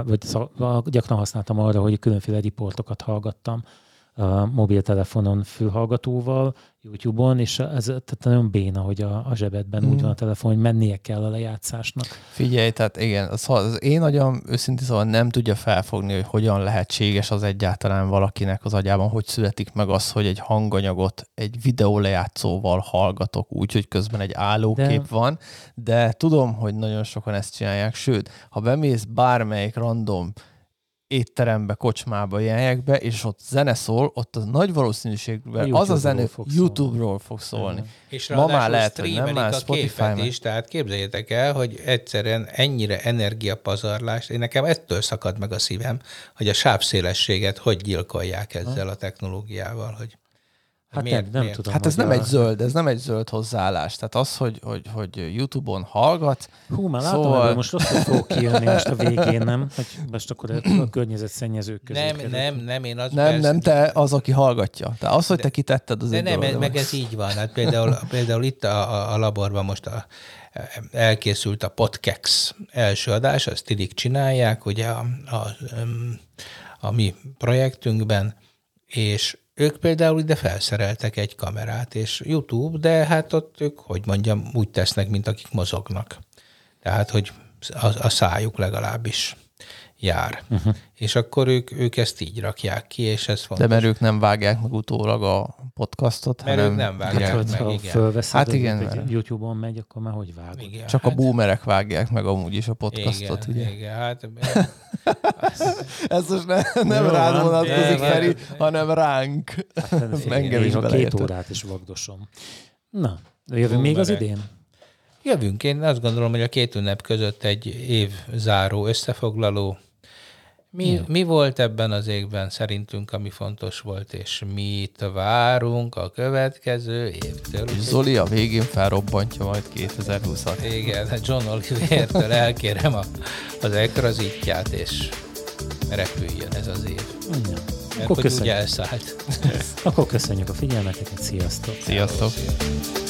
használtam arra, hogy különféle riportokat hallgattam a mobiltelefonon fülhallgatóval, YouTube-on, és ez tehát nagyon béna, hogy a zsebedben úgy van a telefon, hogy mennie kell a lejátszásnak. Figyelj, tehát igen, az én agyam őszintén szóval nem tudja felfogni, hogy hogyan lehetséges az egyáltalán valakinek az agyában, hogy születik meg az, hogy egy hanganyagot egy videólejátszóval hallgatok úgy, hogy közben egy állókép van, de tudom, hogy nagyon sokan ezt csinálják, sőt, ha bemész bármelyik random étterembe, kocsmába, ilyenekbe, és ott zene szól, ott az nagy valószínűségben az a zene YouTube-ról fog szólni. És ma már lehet, hogy nem már Spotify is, tehát képzeljétek el, hogy egyszerűen ennyire energiapazarlást, én nekem ettől szakad meg a szívem, hogy a sávszélességet hogy gyilkolják ezzel a technológiával, hogy hát nem tudom. Hát ez nem egy zöld hozzáállás. Tehát az, hogy YouTube-on hallgat. Hú, már látom, ebből most rosszul fog kijönni most a végén, nem? Hogy most akkor a környezetszennyezők között. Nem, én az nem te az, aki hallgatja. Tehát az, hogy te kitetted, az egy dolog. Meg ez így van. Hát például itt a laborban most elkészült a Podcasts első adás, azt iddig csinálják, ugye a mi projektünkben, És ők például ide felszereltek egy kamerát, és YouTube, de hát ott ők, hogy mondjam, úgy tesznek, mint akik mozognak. Tehát, hogy a szájuk legalábbis jár. És akkor ők ezt így rakják ki, és ez fontos. De mert ők nem vágják meg utólag a podcastot, mert hanem... ők nem vágják meg, ha igen. fölveszed, hát igen, hogy YouTube-on megy, akkor már hogy vágod? Igen, csak a boomerek vágják meg amúgy is a podcastot, igen, ugye? Igen, hát... Ez most nem rád vonatkozik, Feri, hanem ránk. Hát, engem is a 2 beleértett. órát is vagdosom. Na, jövünk még az idén? Jövünk. Én azt gondolom, hogy a 2 ünnep között egy évzáró összefoglaló. Mi volt ebben az évben szerintünk, ami fontos volt, és mit várunk a következő évtől? Zoli a végén felrobbantja majd 2020-at. Igen, John Olivertől elkérem az ekrazitját, és repüljön ez az év. Mert Akkor hogy úgy elszállt. Akkor köszönjük a figyelmeteket, sziasztok! Sziasztok!